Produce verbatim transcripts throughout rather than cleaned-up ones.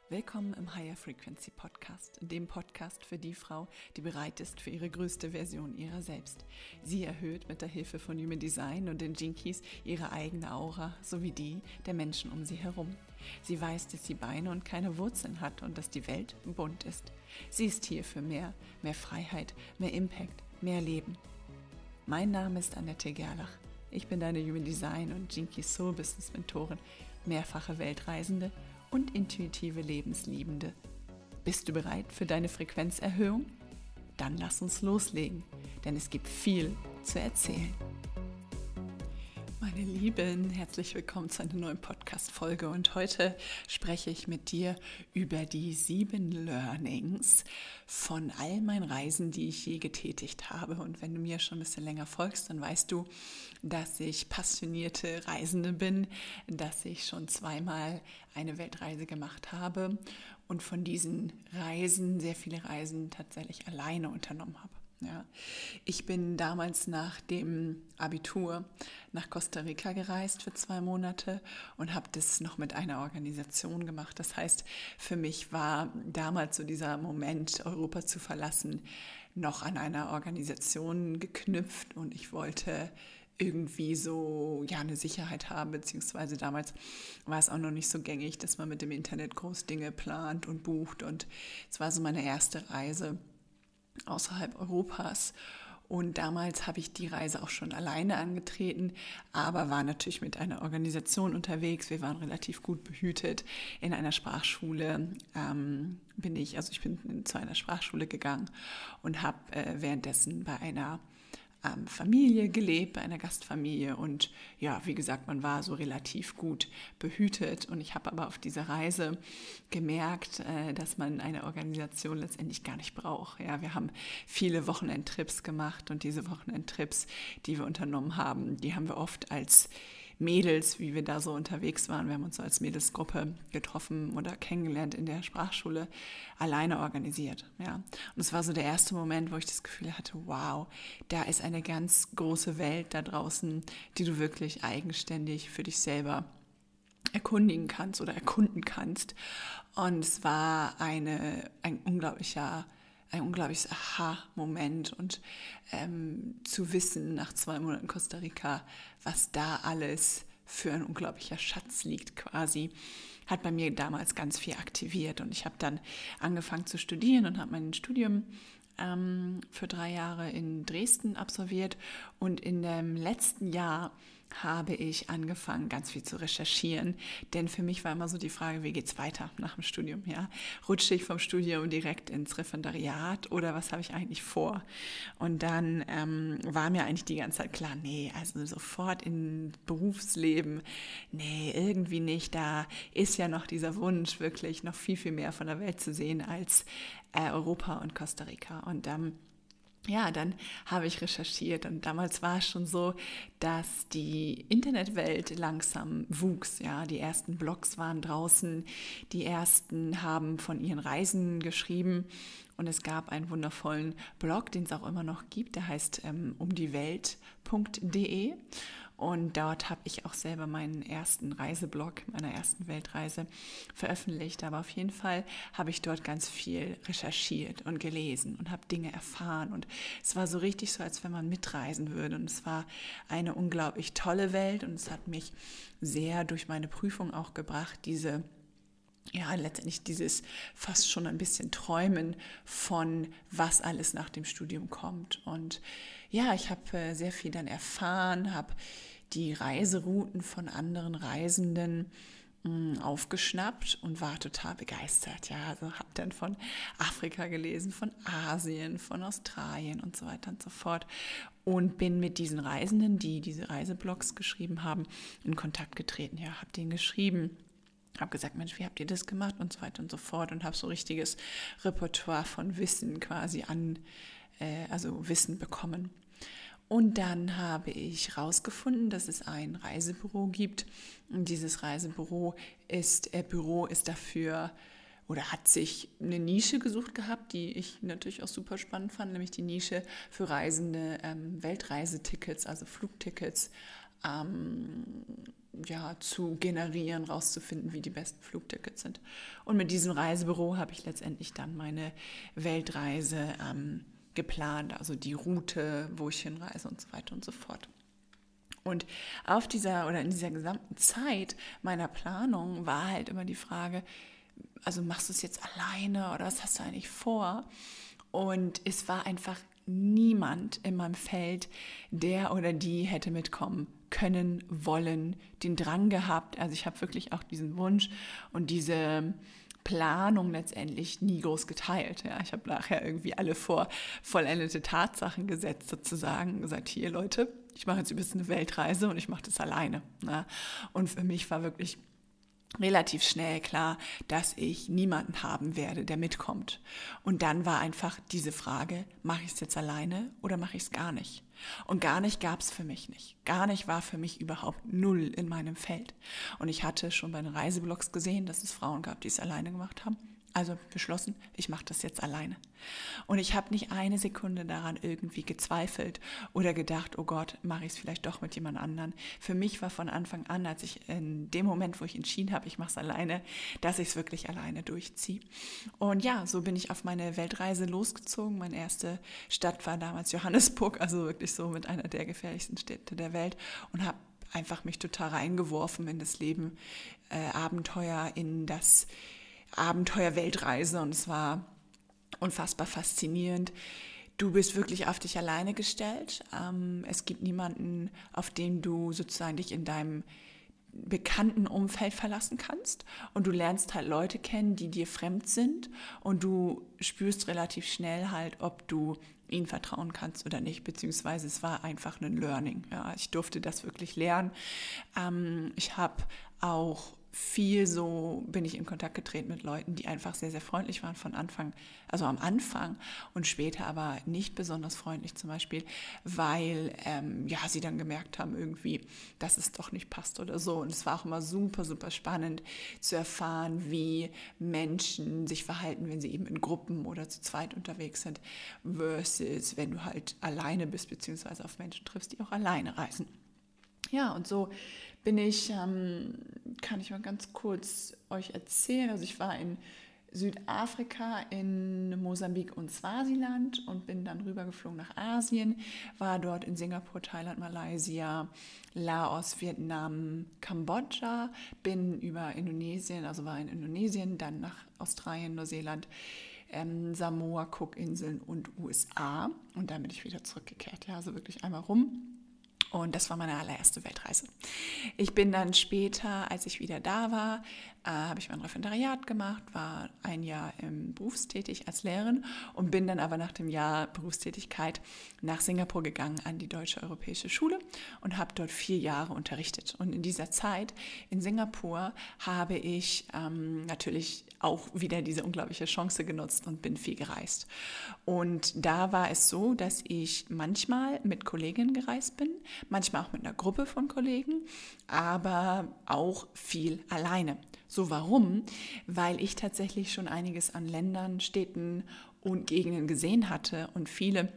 Willkommen im Higher Frequency Podcast, dem Podcast für die Frau, die bereit ist für ihre größte Version ihrer selbst. Sie erhöht mit der Hilfe von Human Design und den Jinkies ihre eigene Aura sowie die der Menschen um sie herum. Sie weiß, dass sie Beine und keine Wurzeln hat und dass die Welt bunt ist. Sie ist hier für mehr, mehr Freiheit, mehr Impact, mehr Leben. Mein Name ist Annette Gerlach. Ich bin deine Human Design und Jinky Soul Business Mentorin, mehrfache Weltreisende und intuitive Lebensliebende. Bist du bereit für deine Frequenzerhöhung? Dann lass uns loslegen, denn es gibt viel zu erzählen. Meine Lieben, herzlich willkommen zu einer neuen Podcast-Folge und heute spreche ich mit dir über die sieben Learnings von all meinen Reisen, die ich je getätigt habe. Und wenn du mir schon ein bisschen länger folgst, dann weißt du, dass ich passionierte Reisende bin, dass ich schon zweimal eine Weltreise gemacht habe und von diesen Reisen, sehr viele Reisen tatsächlich alleine unternommen habe. Ja, ich bin damals nach dem Abitur nach Costa Rica gereist für zwei Monate und habe das noch mit einer Organisation gemacht. Das heißt, für mich war damals so dieser Moment, Europa zu verlassen, noch an einer Organisation geknüpft und ich wollte irgendwie so ja eine Sicherheit haben, beziehungsweise damals war es auch noch nicht so gängig, dass man mit dem Internet groß Dinge plant und bucht und es war so meine erste Reise außerhalb Europas. Und damals habe ich die Reise auch schon alleine angetreten, aber war natürlich mit einer Organisation unterwegs. Wir waren relativ gut behütet. In einer Sprachschule ähm, bin ich, also ich bin zu einer Sprachschule gegangen und habe äh, währenddessen bei einer ähm, Familie gelebt, bei einer Gastfamilie. Und ja, wie gesagt, man war so relativ gut behütet. Und ich habe aber auf dieser Reise gemerkt, äh, dass man eine Organisation letztendlich gar nicht braucht. Ja, wir haben viele Wochenendtrips gemacht und diese Wochenendtrips, die wir unternommen haben, die haben wir oft als Mädels, wie wir da so unterwegs waren, wir haben uns so als Mädelsgruppe getroffen oder kennengelernt in der Sprachschule, alleine organisiert. Ja. Und es war so der erste Moment, wo ich das Gefühl hatte, wow, da ist eine ganz große Welt da draußen, die du wirklich eigenständig für dich selber erkundigen kannst oder erkunden kannst. Und es war eine, ein unglaublicher ein unglaubliches Aha-Moment und ähm, zu wissen nach zwei Monaten Costa Rica, was da alles für ein unglaublicher Schatz liegt quasi, hat bei mir damals ganz viel aktiviert und ich habe dann angefangen zu studieren und habe mein Studium ähm, für drei Jahre in Dresden absolviert und in dem letzten Jahr habe ich angefangen, ganz viel zu recherchieren, denn für mich war immer so die Frage, wie geht's weiter nach dem Studium? Ja? Rutsche ich vom Studium direkt ins Referendariat oder was habe ich eigentlich vor? Und dann ähm, war mir eigentlich die ganze Zeit klar, nee, also sofort in Berufsleben, nee, irgendwie nicht. Da ist ja noch dieser Wunsch, wirklich noch viel, viel mehr von der Welt zu sehen als äh, Europa und Costa Rica. Und ähm, Ja, dann habe ich recherchiert und damals war es schon so, dass die Internetwelt langsam wuchs. Ja, die ersten Blogs waren draußen, die ersten haben von ihren Reisen geschrieben und es gab einen wundervollen Blog, den es auch immer noch gibt, der heißt ähm, umdiewelt punkt de. Und dort habe ich auch selber meinen ersten Reiseblog, meiner ersten Weltreise veröffentlicht. Aber auf jeden Fall habe ich dort ganz viel recherchiert und gelesen und habe Dinge erfahren. Und es war so richtig so, als wenn man mitreisen würde. Und es war eine unglaublich tolle Welt. Und es hat mich sehr durch meine Prüfung auch gebracht, diese ja, letztendlich dieses fast schon ein bisschen Träumen von, was alles nach dem Studium kommt. Und ja, ich habe äh, sehr viel dann erfahren, habe die Reiserouten von anderen Reisenden mh, aufgeschnappt und war total begeistert. Ja, also habe dann von Afrika gelesen, von Asien, von Australien und so weiter und so fort. Und bin mit diesen Reisenden, die diese Reiseblogs geschrieben haben, in Kontakt getreten. Ja, habe denen geschrieben, habe gesagt, Mensch, wie habt ihr das gemacht und so weiter und so fort und habe so richtiges Repertoire von Wissen quasi an, äh, also Wissen bekommen. Und dann habe ich herausgefunden, dass es ein Reisebüro gibt. Und dieses Reisebüro ist, äh, Büro ist dafür oder hat sich eine Nische gesucht gehabt, die ich natürlich auch super spannend fand, nämlich die Nische für Reisende, ähm, Weltreisetickets, also Flugtickets, ähm, ja, zu generieren, rauszufinden, wie die besten Flugtickets sind. Und mit diesem Reisebüro habe ich letztendlich dann meine Weltreise ähm, geplant, also die Route, wo ich hinreise und so weiter und so fort. Und auf dieser oder in dieser gesamten Zeit meiner Planung war halt immer die Frage, also machst du es jetzt alleine oder was hast du eigentlich vor? Und es war einfach niemand in meinem Feld, der oder die hätte mitkommen können, wollen, den Drang gehabt. Also ich habe wirklich auch diesen Wunsch und diese Planung letztendlich nie groß geteilt. Ja, ich habe nachher irgendwie alle vor vollendete Tatsachen gesetzt sozusagen und gesagt, hier Leute, ich mache jetzt übrigens eine Weltreise und ich mache das alleine. Ja. Und für mich war wirklich relativ schnell klar, dass ich niemanden haben werde, der mitkommt. Und dann war einfach diese Frage, mache ich es jetzt alleine oder mache ich es gar nicht? Und gar nicht gab es für mich nicht. Gar nicht war für mich überhaupt null in meinem Feld. Und ich hatte schon bei den Reiseblogs gesehen, dass es Frauen gab, die es alleine gemacht haben. Also beschlossen, ich mache das jetzt alleine. Und ich habe nicht eine Sekunde daran irgendwie gezweifelt oder gedacht, oh Gott, mache ich es vielleicht doch mit jemand anderen. Für mich war von Anfang an, als ich in dem Moment, wo ich entschieden habe, ich mache es alleine, dass ich es wirklich alleine durchziehe. Und ja, so bin ich auf meine Weltreise losgezogen. Meine erste Stadt war damals Johannesburg, also wirklich so mit einer der gefährlichsten Städte der Welt und habe einfach mich total reingeworfen in das Leben, äh, Abenteuer, in das Abenteuer-Weltreise und es war unfassbar faszinierend. Du bist wirklich auf dich alleine gestellt. Ähm, es gibt niemanden, auf den du sozusagen dich in deinem bekannten Umfeld verlassen kannst und du lernst halt Leute kennen, die dir fremd sind und du spürst relativ schnell halt, ob du ihnen vertrauen kannst oder nicht, beziehungsweise es war einfach ein Learning. Ja, ich durfte das wirklich lernen. Ähm, ich habe auch viel so bin ich in Kontakt getreten mit Leuten, die einfach sehr, sehr freundlich waren von Anfang, also am Anfang und später aber nicht besonders freundlich zum Beispiel, weil ähm, ja, sie dann gemerkt haben irgendwie, dass es doch nicht passt oder so. Und es war auch immer super, super spannend zu erfahren, wie Menschen sich verhalten, wenn sie eben in Gruppen oder zu zweit unterwegs sind, versus wenn du halt alleine bist, beziehungsweise auf Menschen triffst, die auch alleine reisen. Ja, und so bin ich, ähm, kann ich mal ganz kurz euch erzählen, also ich war in Südafrika, in Mosambik und Swasiland und bin dann rübergeflogen nach Asien, war dort in Singapur, Thailand, Malaysia, Laos, Vietnam, Kambodscha, bin über Indonesien, also war in Indonesien, dann nach Australien, Neuseeland, ähm, Samoa, Cookinseln und U S A und dann bin ich wieder zurückgekehrt, ja, also wirklich einmal rum. Und das war meine allererste Weltreise. Ich bin dann später, als ich wieder da war, äh, habe ich mein Referendariat gemacht, war ein Jahr im berufstätig als Lehrerin und bin dann aber nach dem Jahr Berufstätigkeit nach Singapur gegangen an die Deutsche Europäische Schule und habe dort vier Jahre unterrichtet. Und in dieser Zeit in Singapur habe ich ähm, natürlich auch wieder diese unglaubliche Chance genutzt und bin viel gereist. Und da war es so, dass ich manchmal mit Kolleginnen gereist bin, manchmal auch mit einer Gruppe von Kollegen, aber auch viel alleine. So, warum? Weil ich tatsächlich schon einiges an Ländern, Städten und Gegenden gesehen hatte und viele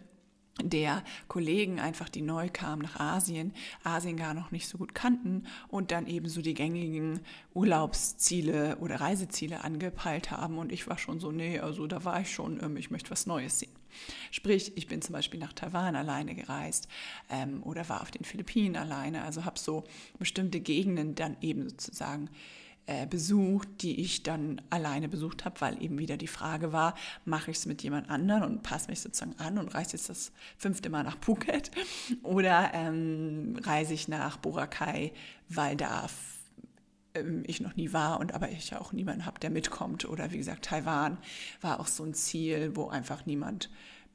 der Kollegen einfach, die neu kamen nach Asien, Asien gar noch nicht so gut kannten und dann eben so die gängigen Urlaubsziele oder Reiseziele angepeilt haben. Und ich war schon so, nee, also da war ich schon, ich möchte was Neues sehen. Sprich, ich bin zum Beispiel nach Taiwan alleine gereist ähm, oder war auf den Philippinen alleine, also habe so bestimmte Gegenden dann eben sozusagen besucht, die ich dann alleine besucht habe, weil eben wieder die Frage war, mache ich es mit jemand anderem und passe mich sozusagen an und reise jetzt das fünfte Mal nach Phuket oder ähm, reise ich nach Boracay, weil da ähm, ich noch nie war und aber ich auch niemanden habe, der mitkommt. Oder wie gesagt, Taiwan war auch so ein Ziel, wo einfach niemand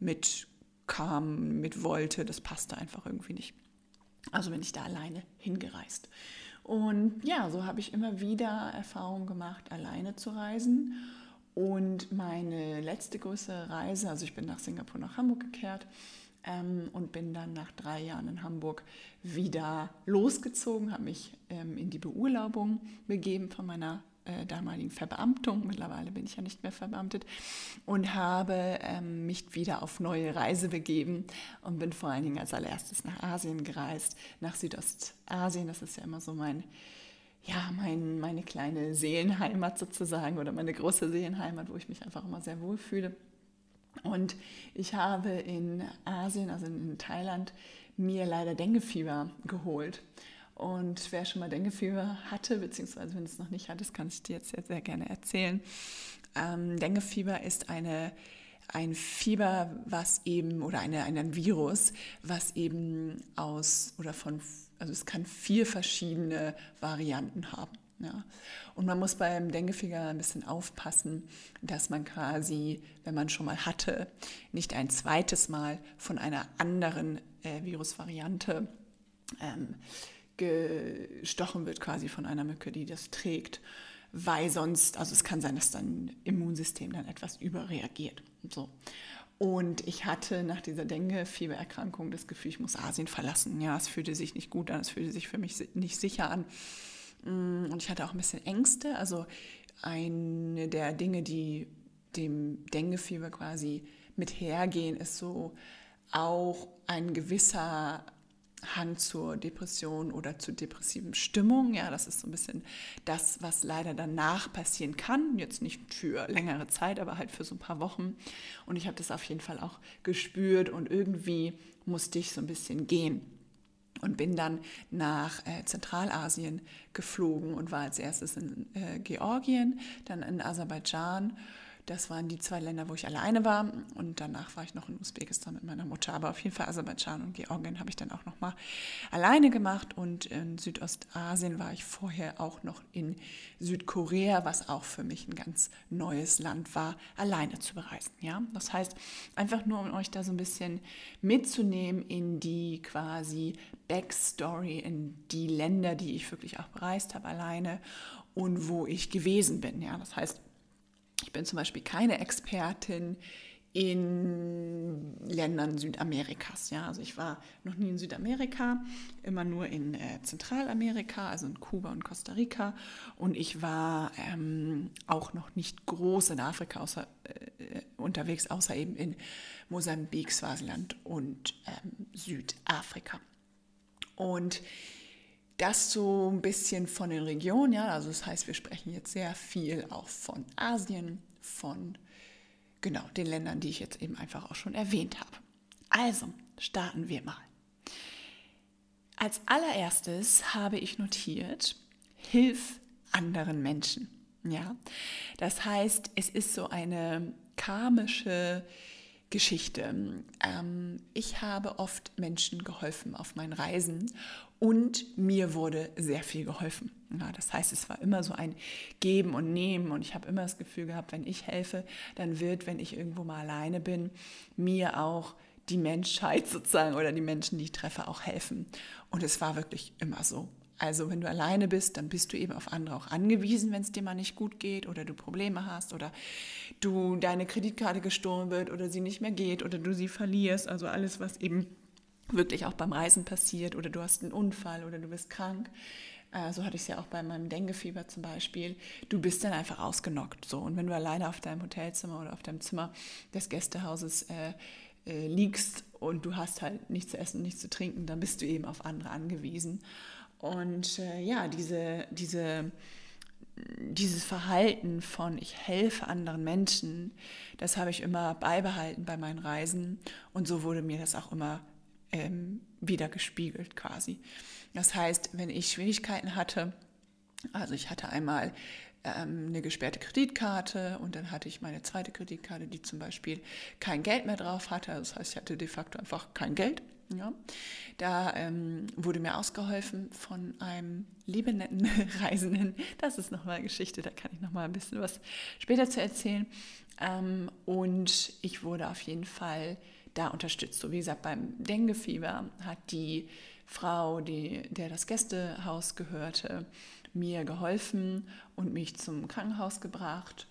mitkam, mit wollte. Das passte einfach irgendwie nicht. Also bin ich da alleine hingereist. Und ja, so habe ich immer wieder Erfahrungen gemacht, alleine zu reisen. Und meine letzte größere Reise, also ich bin nach Singapur, nach Hamburg gekehrt ähm, und bin dann nach drei Jahren in Hamburg wieder losgezogen, habe mich ähm, in die Beurlaubung begeben von meiner äh, damaligen Verbeamtung. Mittlerweile bin ich ja nicht mehr verbeamtet und habe ähm, mich wieder auf neue Reise begeben und bin vor allen Dingen als allererstes nach Asien gereist, nach Südostasien. Das ist ja immer so mein ja, mein, meine kleine Seelenheimat sozusagen oder meine große Seelenheimat, wo ich mich einfach immer sehr wohl fühle. Und ich habe in Asien, also in Thailand, mir leider Denguefieber geholt. Und wer schon mal Denguefieber hatte, beziehungsweise wenn es noch nicht hat, das kann ich dir jetzt sehr, sehr gerne erzählen. Ähm, Denguefieber ist eine, ein Fieber, was eben, oder eine, ein Virus, was eben aus, oder von, also es kann vier verschiedene Varianten haben. Ja. Und man muss beim Denguefieber ein bisschen aufpassen, dass man quasi, wenn man schon mal hatte, nicht ein zweites Mal von einer anderen äh, Virusvariante ähm, gestochen wird, quasi von einer Mücke, die das trägt, weil sonst, also es kann sein, dass dein Immunsystem dann etwas überreagiert. So. Und ich hatte nach dieser Dengue-Fiebererkrankung das Gefühl, ich muss Asien verlassen. Ja, es fühlte sich nicht gut an, es fühlte sich für mich nicht sicher an. Und ich hatte auch ein bisschen Ängste. Also eine der Dinge, die dem Denguefieber quasi mit hergehen, ist so auch ein gewisser Hang zur Depression oder zu depressiven Stimmung. Ja, das ist so ein bisschen das, was leider danach passieren kann. Jetzt nicht für längere Zeit, aber halt für so ein paar Wochen. Und ich habe das auf jeden Fall auch gespürt und irgendwie musste ich so ein bisschen gehen. Und bin dann nach äh, Zentralasien geflogen und war als erstes in äh, Georgien, dann in Aserbaidschan. Das waren die zwei Länder, wo ich alleine war. Und danach war ich noch in Usbekistan mit meiner Mutter. Aber auf jeden Fall Aserbaidschan und Georgien habe ich dann auch noch mal alleine gemacht. Und in Südostasien war ich vorher auch noch in Südkorea, was auch für mich ein ganz neues Land war, alleine zu bereisen. Ja? Das heißt, einfach nur, um euch da so ein bisschen mitzunehmen in die quasi Backstory, in die Länder, die ich wirklich auch bereist habe, alleine und wo ich gewesen bin. Ja? Das heißt, ich bin zum Beispiel keine Expertin in Ländern Südamerikas. Ja? Also ich war noch nie in Südamerika, immer nur in äh, Zentralamerika, also in Kuba und Costa Rica. Und ich war ähm, auch noch nicht groß in Afrika außer, äh, unterwegs, außer eben in Mosambik, Swasiland und ähm, Südafrika. Und das so ein bisschen von den Regionen, ja, also das heißt, wir sprechen jetzt sehr viel auch von Asien, von genau den Ländern, die ich jetzt eben einfach auch schon erwähnt habe. Also, starten wir mal. Als allererstes habe ich notiert, hilf anderen Menschen. Ja, das heißt, es ist so eine karmische Geschichte. Ähm, ich habe oft Menschen geholfen auf meinen Reisen und mir wurde sehr viel geholfen. Ja, das heißt, es war immer so ein Geben und Nehmen und ich habe immer das Gefühl gehabt, wenn ich helfe, dann wird, wenn ich irgendwo mal alleine bin, mir auch die Menschheit sozusagen oder die Menschen, die ich treffe, auch helfen. Und es war wirklich immer so. Also wenn du alleine bist, dann bist du eben auf andere auch angewiesen, wenn es dir mal nicht gut geht oder du Probleme hast oder du deine Kreditkarte gestohlen wird oder sie nicht mehr geht oder du sie verlierst. Also alles, was eben wirklich auch beim Reisen passiert oder du hast einen Unfall oder du bist krank. So hatte ich es ja auch bei meinem Denguefieber zum Beispiel. Du bist dann einfach ausgenockt. So. Und wenn du alleine auf deinem Hotelzimmer oder auf deinem Zimmer des Gästehauses äh, äh, liegst und du hast halt nichts zu essen, nichts zu trinken, dann bist du eben auf andere angewiesen. Und äh, ja, diese, diese, dieses Verhalten von ich helfe anderen Menschen, das habe ich immer beibehalten bei meinen Reisen und so wurde mir das auch immer ähm, wieder gespiegelt quasi. Das heißt, wenn ich Schwierigkeiten hatte, also ich hatte einmal ähm, eine gesperrte Kreditkarte und dann hatte ich meine zweite Kreditkarte, die zum Beispiel kein Geld mehr drauf hatte, das heißt, ich hatte de facto einfach kein Geld. Ja, da ähm, wurde mir ausgeholfen von einem lieben, netten Reisenden. Das ist nochmal eine Geschichte, da kann ich nochmal ein bisschen was später zu erzählen. Ähm, und ich wurde auf jeden Fall da unterstützt. So wie gesagt, beim Denguefieber hat die Frau, die, der das Gästehaus gehörte, mir geholfen und mich zum Krankenhaus gebracht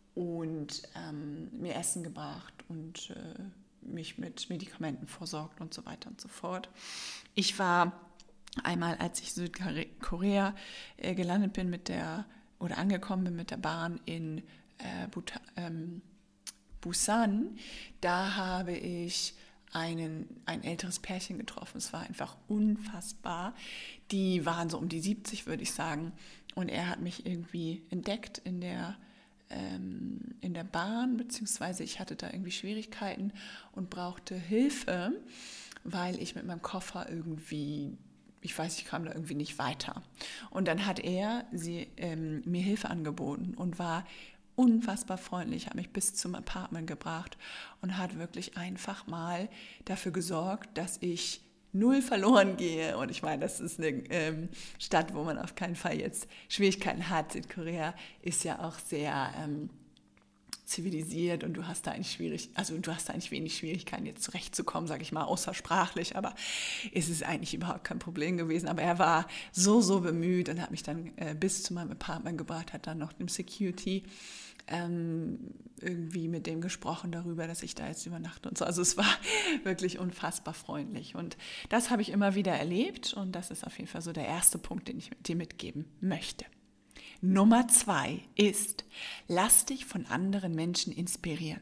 und ähm, mir Essen gebracht und äh, mich mit Medikamenten versorgt und so weiter und so fort. Ich war einmal, als ich Südkorea äh, gelandet bin mit der, oder angekommen bin mit der Bahn in äh, Buta, ähm, Busan, da habe ich einen, ein älteres Pärchen getroffen. Es war einfach unfassbar. Die waren so um die siebzig, würde ich sagen. Und er hat mich irgendwie entdeckt in der, ähm, in der Bahn, beziehungsweise ich hatte da irgendwie Schwierigkeiten und brauchte Hilfe, weil ich mit meinem Koffer irgendwie, ich weiß, ich kam da irgendwie nicht weiter. Und dann hat er sie, ähm, mir Hilfe angeboten und war unfassbar freundlich, hat mich bis zum Apartment gebracht und hat wirklich einfach mal dafür gesorgt, dass ich null verloren gehe. Und ich meine, das ist eine ähm, Stadt, wo man auf keinen Fall jetzt Schwierigkeiten hat. Südkorea ist ja auch sehr ähm, zivilisiert und du hast da eigentlich schwierig, also du hast da eigentlich wenig Schwierigkeiten, jetzt zurechtzukommen, sage ich mal, außersprachlich, aber ist es eigentlich überhaupt kein Problem gewesen. Aber er war so, so bemüht und hat mich dann äh, bis zu meinem Apartment gebracht, hat dann noch dem Security ähm, irgendwie mit dem gesprochen darüber, dass ich da jetzt übernachte und so. Also es war wirklich unfassbar freundlich und das habe ich immer wieder erlebt und das ist auf jeden Fall so der erste Punkt, den ich dir mitgeben möchte. Nummer zwei ist, lass dich von anderen Menschen inspirieren.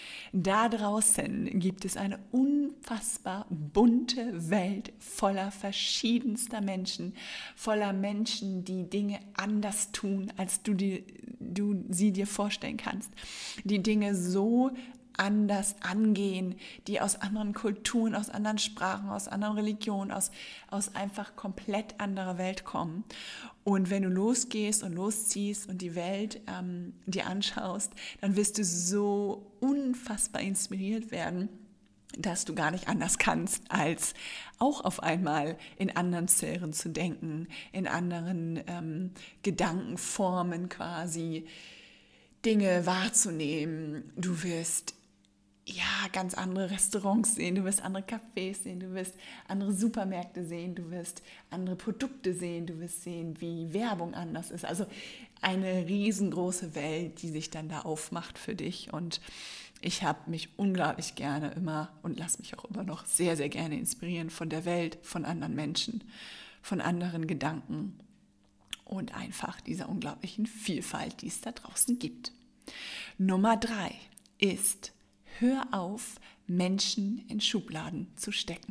Da draußen gibt es eine unfassbar bunte Welt voller verschiedenster Menschen, voller Menschen, die Dinge anders tun, als du, die, du sie dir vorstellen kannst, die Dinge so anders angehen, die aus anderen Kulturen, aus anderen Sprachen, aus anderen Religionen, aus, aus einfach komplett anderer Welt kommen. Und wenn du losgehst und losziehst und die Welt ähm, dir anschaust, dann wirst du so unfassbar inspiriert werden, dass du gar nicht anders kannst, als auch auf einmal in anderen Sphären zu denken, in anderen ähm, Gedankenformen quasi Dinge wahrzunehmen. Du wirst ja, ganz andere Restaurants sehen, du wirst andere Cafés sehen, du wirst andere Supermärkte sehen, du wirst andere Produkte sehen, du wirst sehen, wie Werbung anders ist. Also eine riesengroße Welt, die sich dann da aufmacht für dich. Und ich habe mich unglaublich gerne immer und lasse mich auch immer noch sehr, sehr gerne inspirieren von der Welt, von anderen Menschen, von anderen Gedanken und einfach dieser unglaublichen Vielfalt, die es da draußen gibt. Nummer drei ist: Hör auf, Menschen in Schubladen zu stecken.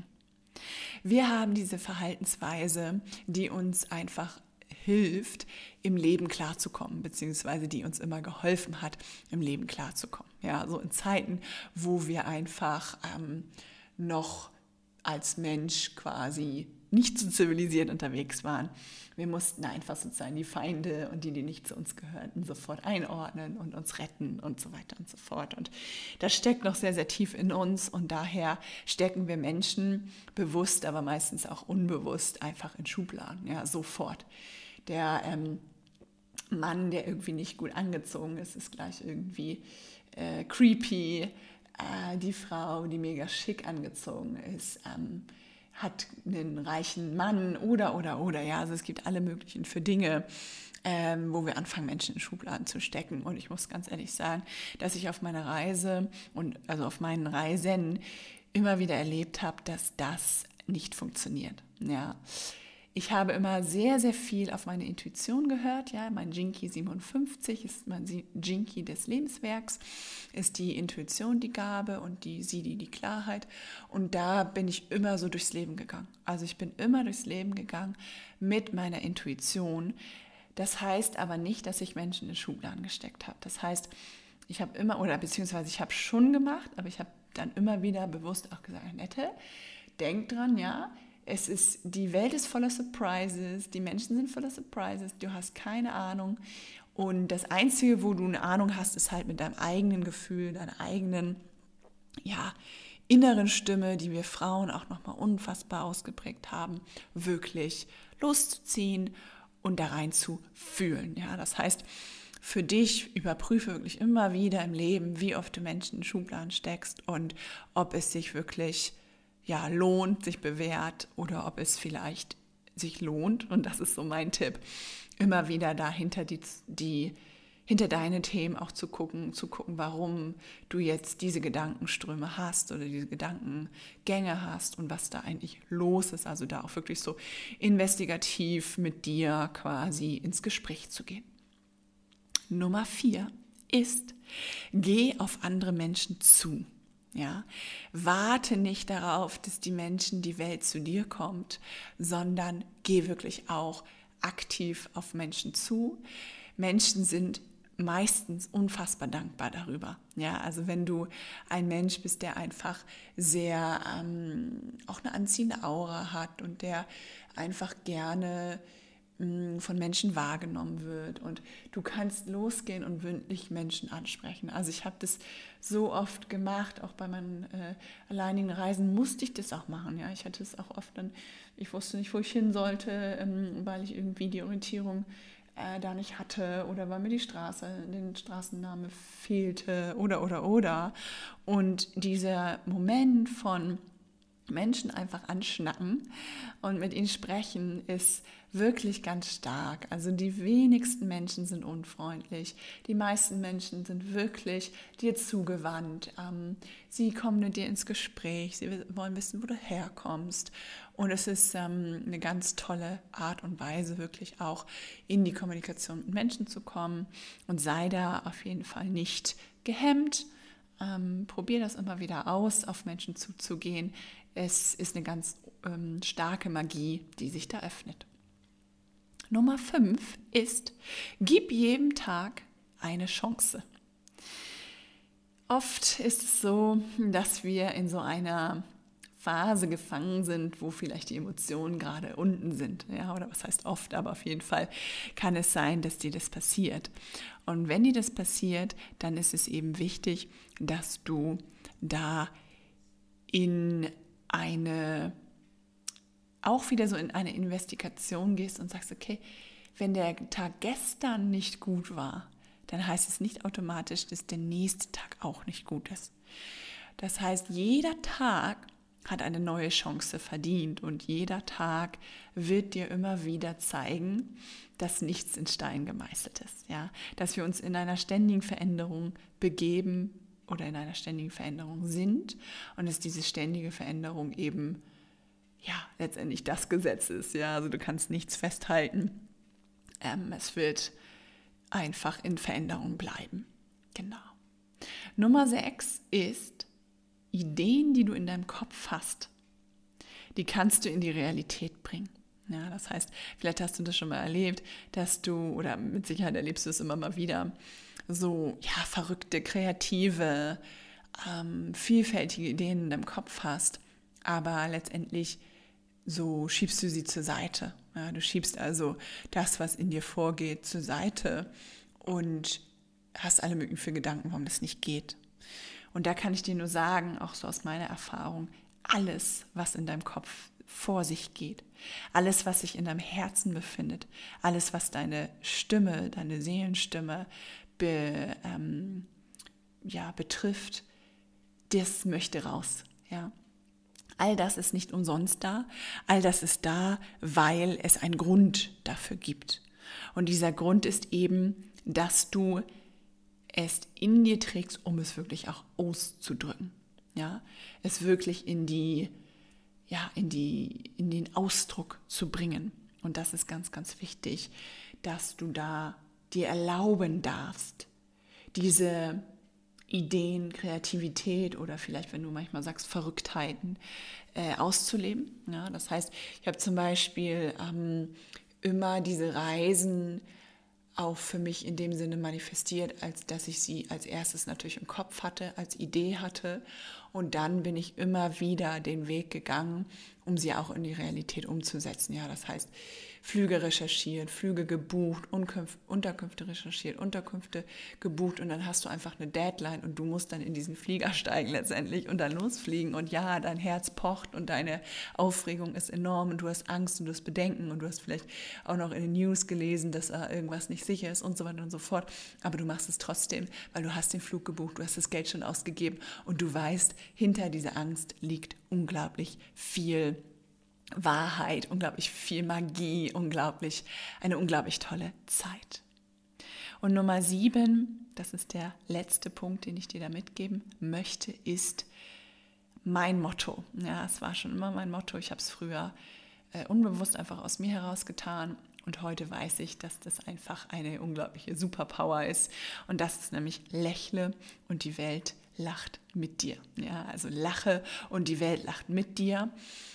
Wir haben diese Verhaltensweise, die uns einfach hilft, im Leben klarzukommen, beziehungsweise die uns immer geholfen hat, im Leben klarzukommen. Ja, so in Zeiten, wo wir einfach ähm, noch als Mensch quasi nicht so zivilisiert unterwegs waren. Wir mussten einfach sozusagen die Feinde und die, die nicht zu uns gehörten, sofort einordnen und uns retten und so weiter und so fort. Und das steckt noch sehr, sehr tief in uns und daher stecken wir Menschen bewusst, aber meistens auch unbewusst einfach in Schubladen, ja, sofort. Der ähm, Mann, der irgendwie nicht gut angezogen ist, ist gleich irgendwie äh, creepy. Äh, die Frau, die mega schick angezogen ist, ähm, hat einen reichen Mann oder, oder, oder, ja, also es gibt alle möglichen für Dinge, ähm, wo wir anfangen, Menschen in Schubladen zu stecken. Und ich muss ganz ehrlich sagen, dass ich auf meiner Reise und also auf meinen Reisen immer wieder erlebt habe, dass das nicht funktioniert, ja. Ich habe immer sehr, sehr viel auf meine Intuition gehört. Ja, mein Jinki siebenundfünfzig ist mein Jinki des Lebenswerks, ist die Intuition die Gabe und die Siddhi die Klarheit. Und da bin ich immer so durchs Leben gegangen. Also ich bin immer durchs Leben gegangen mit meiner Intuition. Das heißt aber nicht, dass ich Menschen in Schubladen gesteckt habe. Das heißt, ich habe immer, oder beziehungsweise ich habe schon gemacht, aber ich habe dann immer wieder bewusst auch gesagt, Annette, denk dran, ja, es ist, die Welt ist voller Surprises, die Menschen sind voller Surprises, du hast keine Ahnung und das Einzige, wo du eine Ahnung hast, ist halt mit deinem eigenen Gefühl, deiner eigenen, ja, inneren Stimme, die wir Frauen auch nochmal unfassbar ausgeprägt haben, wirklich loszuziehen und da rein zu fühlen. Ja, das heißt, für dich überprüfe wirklich immer wieder im Leben, wie oft du Menschen in Schubladen steckst und ob es sich wirklich ja, lohnt, sich bewährt oder ob es vielleicht sich lohnt, und das ist so mein Tipp, immer wieder dahinter die, die hinter deine Themen auch zu gucken, zu gucken, warum du jetzt diese Gedankenströme hast oder diese Gedankengänge hast und was da eigentlich los ist, also da auch wirklich so investigativ mit dir quasi ins Gespräch zu gehen. Nummer vier ist, geh auf andere Menschen zu. Ja, warte nicht darauf, dass die Menschen, die Welt zu dir kommt, sondern geh wirklich auch aktiv auf Menschen zu. Menschen sind meistens unfassbar dankbar darüber. Ja, also wenn du ein Mensch bist, der einfach sehr ähm, auch eine anziehende Aura hat und der einfach gerne mh, von Menschen wahrgenommen wird und du kannst losgehen und wirklich Menschen ansprechen. Also ich habe das so oft gemacht, auch bei meinen äh, alleinigen Reisen musste ich das auch machen. Ja, ich hatte es auch oft dann, ich wusste nicht, wo ich hin sollte, ähm, weil ich irgendwie die Orientierung Äh, da nicht hatte oder weil mir die Straße, den Straßenname fehlte oder, oder, oder. Und dieser Moment von Menschen einfach anschnacken und mit ihnen sprechen ist wirklich ganz stark. Also die wenigsten Menschen sind unfreundlich. Die meisten Menschen sind wirklich dir zugewandt. Ähm, sie kommen mit dir ins Gespräch. Sie wollen wissen, wo du herkommst. Und es ist ähm, eine ganz tolle Art und Weise, wirklich auch in die Kommunikation mit Menschen zu kommen. Und sei da auf jeden Fall nicht gehemmt. Ähm, probier das immer wieder aus, auf Menschen zuzugehen. Es ist eine ganz ähm, starke Magie, die sich da öffnet. Nummer fünf ist, gib jedem Tag eine Chance. Oft ist es so, dass wir in so einer Phase gefangen sind, wo vielleicht die Emotionen gerade unten sind. Ja, oder was heißt oft, aber auf jeden Fall kann es sein, dass dir das passiert. Und wenn dir das passiert, dann ist es eben wichtig, dass du da in eine, auch wieder so in eine Investigation gehst und sagst, okay, wenn der Tag gestern nicht gut war, dann heißt es nicht automatisch, dass der nächste Tag auch nicht gut ist. Das heißt, jeder Tag hat eine neue Chance verdient und jeder Tag wird dir immer wieder zeigen, dass nichts in Stein gemeißelt ist. Ja? Dass wir uns in einer ständigen Veränderung begeben oder in einer ständigen Veränderung sind und dass diese ständige Veränderung eben ja letztendlich das Gesetz ist. Ja? Also du kannst nichts festhalten. Ähm, es wird einfach in Veränderung bleiben. Genau. Nummer sechs ist, Ideen, die du in deinem Kopf hast, die kannst du in die Realität bringen. Ja, das heißt, vielleicht hast du das schon mal erlebt, dass du, oder mit Sicherheit erlebst du es immer mal wieder, so ja, verrückte, kreative, ähm, vielfältige Ideen in deinem Kopf hast, aber letztendlich so schiebst du sie zur Seite. Ja, du schiebst also das, was in dir vorgeht, zur Seite und hast alle möglichen für Gedanken, warum das nicht geht. Und da kann ich dir nur sagen, auch so aus meiner Erfahrung, alles, was in deinem Kopf vor sich geht, alles, was sich in deinem Herzen befindet, alles, was deine Stimme, deine Seelenstimme be, ähm, ja, betrifft, das möchte raus. Ja. All das ist nicht umsonst da, all das ist da, weil es einen Grund dafür gibt. Und dieser Grund ist eben, dass du es in dir trägst, um es wirklich auch auszudrücken. Ja, es wirklich in die, ja, in die, in den Ausdruck zu bringen. Und das ist ganz, ganz wichtig, dass du da dir erlauben darfst, diese Ideen, Kreativität oder vielleicht, wenn du manchmal sagst, Verrücktheiten äh, auszuleben. Ja, das heißt, ich habe zum Beispiel ähm, immer diese Reisen auch für mich in dem Sinne manifestiert, als dass ich sie als erstes natürlich im Kopf hatte, als Idee hatte und dann bin ich immer wieder den Weg gegangen, um sie auch in die Realität umzusetzen. Ja, das heißt, Flüge recherchiert, Flüge gebucht, Unterkünfte recherchiert, Unterkünfte gebucht und dann hast du einfach eine Deadline und du musst dann in diesen Flieger steigen letztendlich und dann losfliegen und ja, dein Herz pocht und deine Aufregung ist enorm und du hast Angst und du hast Bedenken und du hast vielleicht auch noch in den News gelesen, dass äh, irgendwas nicht sicher ist und so weiter und so fort, aber du machst es trotzdem, weil du hast den Flug gebucht, du hast das Geld schon ausgegeben und du weißt, hinter dieser Angst liegt unglaublich viel Wahrheit, unglaublich viel Magie, unglaublich, eine unglaublich tolle Zeit. Und Nummer sieben, das ist der letzte Punkt, den ich dir da mitgeben möchte, ist mein Motto. Ja, es war schon immer mein Motto. Ich habe es früher äh, unbewusst einfach aus mir herausgetan und heute weiß ich, dass das einfach eine unglaubliche Superpower ist. Und das ist nämlich lächle und die Welt lacht mit dir. Ja, also lache und die Welt lacht mit dir.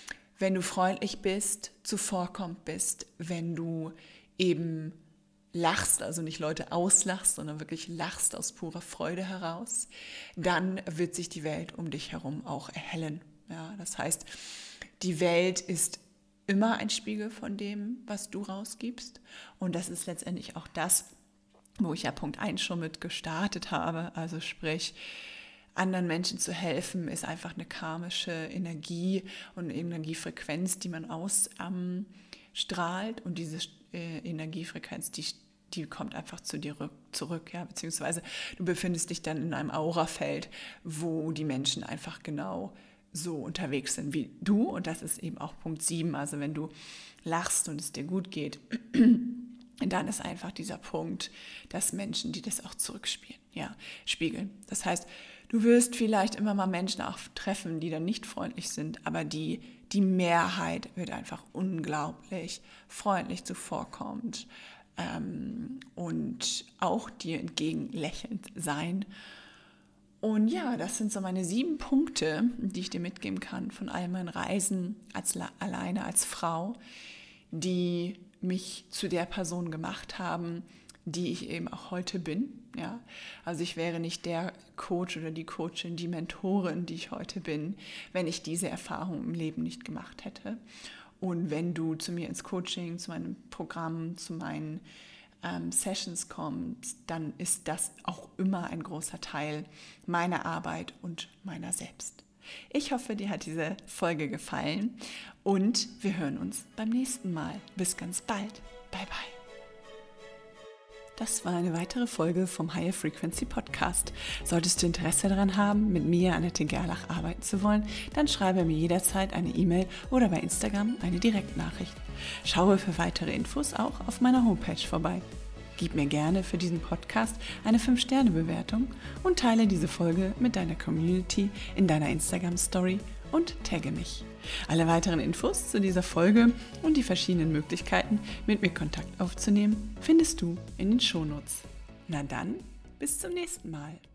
wenn du freundlich bist, zuvorkommend bist, wenn du eben lachst, also nicht Leute auslachst, sondern wirklich lachst aus purer Freude heraus, dann wird sich die Welt um dich herum auch erhellen. Ja, das heißt, die Welt ist immer ein Spiegel von dem, was du rausgibst. Und das ist letztendlich auch das, wo ich ja Punkt eins schon mit gestartet habe. Also sprich, anderen Menschen zu helfen, ist einfach eine karmische Energie und eine Energiefrequenz, die man ausstrahlt. Und diese äh, Energiefrequenz, die, die kommt einfach zu dir zurück. Ja? Beziehungsweise du befindest dich dann in einem Aurafeld, wo die Menschen einfach genau so unterwegs sind wie du. Und das ist eben auch Punkt sieben. Also wenn du lachst und es dir gut geht, dann ist einfach dieser Punkt, dass Menschen, die das auch zurückspielen, ja, spiegeln. Das heißt, du wirst vielleicht immer mal Menschen auch treffen, die dann nicht freundlich sind, aber die, die Mehrheit wird einfach unglaublich freundlich zuvorkommend ähm, und auch dir entgegen lächelnd sein. Und ja, das sind so meine sieben Punkte, die ich dir mitgeben kann von all meinen Reisen als alleine als Frau, die mich zu der Person gemacht haben, die ich eben auch heute bin. Ja? Also ich wäre nicht der Coach oder die Coachin, die Mentorin, die ich heute bin, wenn ich diese Erfahrung im Leben nicht gemacht hätte. Und wenn du zu mir ins Coaching, zu meinem Programm, zu meinen ähm, Sessions kommst, dann ist das auch immer ein großer Teil meiner Arbeit und meiner selbst. Ich hoffe, dir hat diese Folge gefallen und wir hören uns beim nächsten Mal. Bis ganz bald. Bye, bye. Das war eine weitere Folge vom Higher Frequency Podcast. Solltest du Interesse daran haben, mit mir, Annette Gerlach, arbeiten zu wollen, dann schreibe mir jederzeit eine E-Mail oder bei Instagram eine Direktnachricht. Schaue für weitere Infos auch auf meiner Homepage vorbei. Gib mir gerne für diesen Podcast eine fünf Sterne Bewertung und teile diese Folge mit deiner Community in deiner Instagram-Story und tagge mich. Alle weiteren Infos zu dieser Folge und die verschiedenen Möglichkeiten, mit mir Kontakt aufzunehmen, findest du in den Shownotes. Na dann, bis zum nächsten Mal.